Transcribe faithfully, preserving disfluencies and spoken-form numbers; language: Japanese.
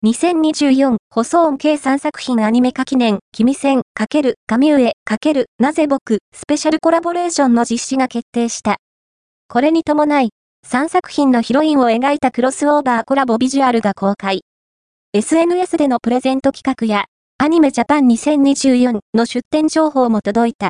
にせんにじゅうよん細音計さんさく品アニメ化記念、君戦×神上×なぜ僕スペシャルコラボレーションの実施が決定した。これに伴い、さんさく品のヒロインを描いたクロスオーバーコラボビジュアルが公開。エスエヌエス でのプレゼント企画や、アニメジャパンにせんにじゅうよんの出展情報も届いた。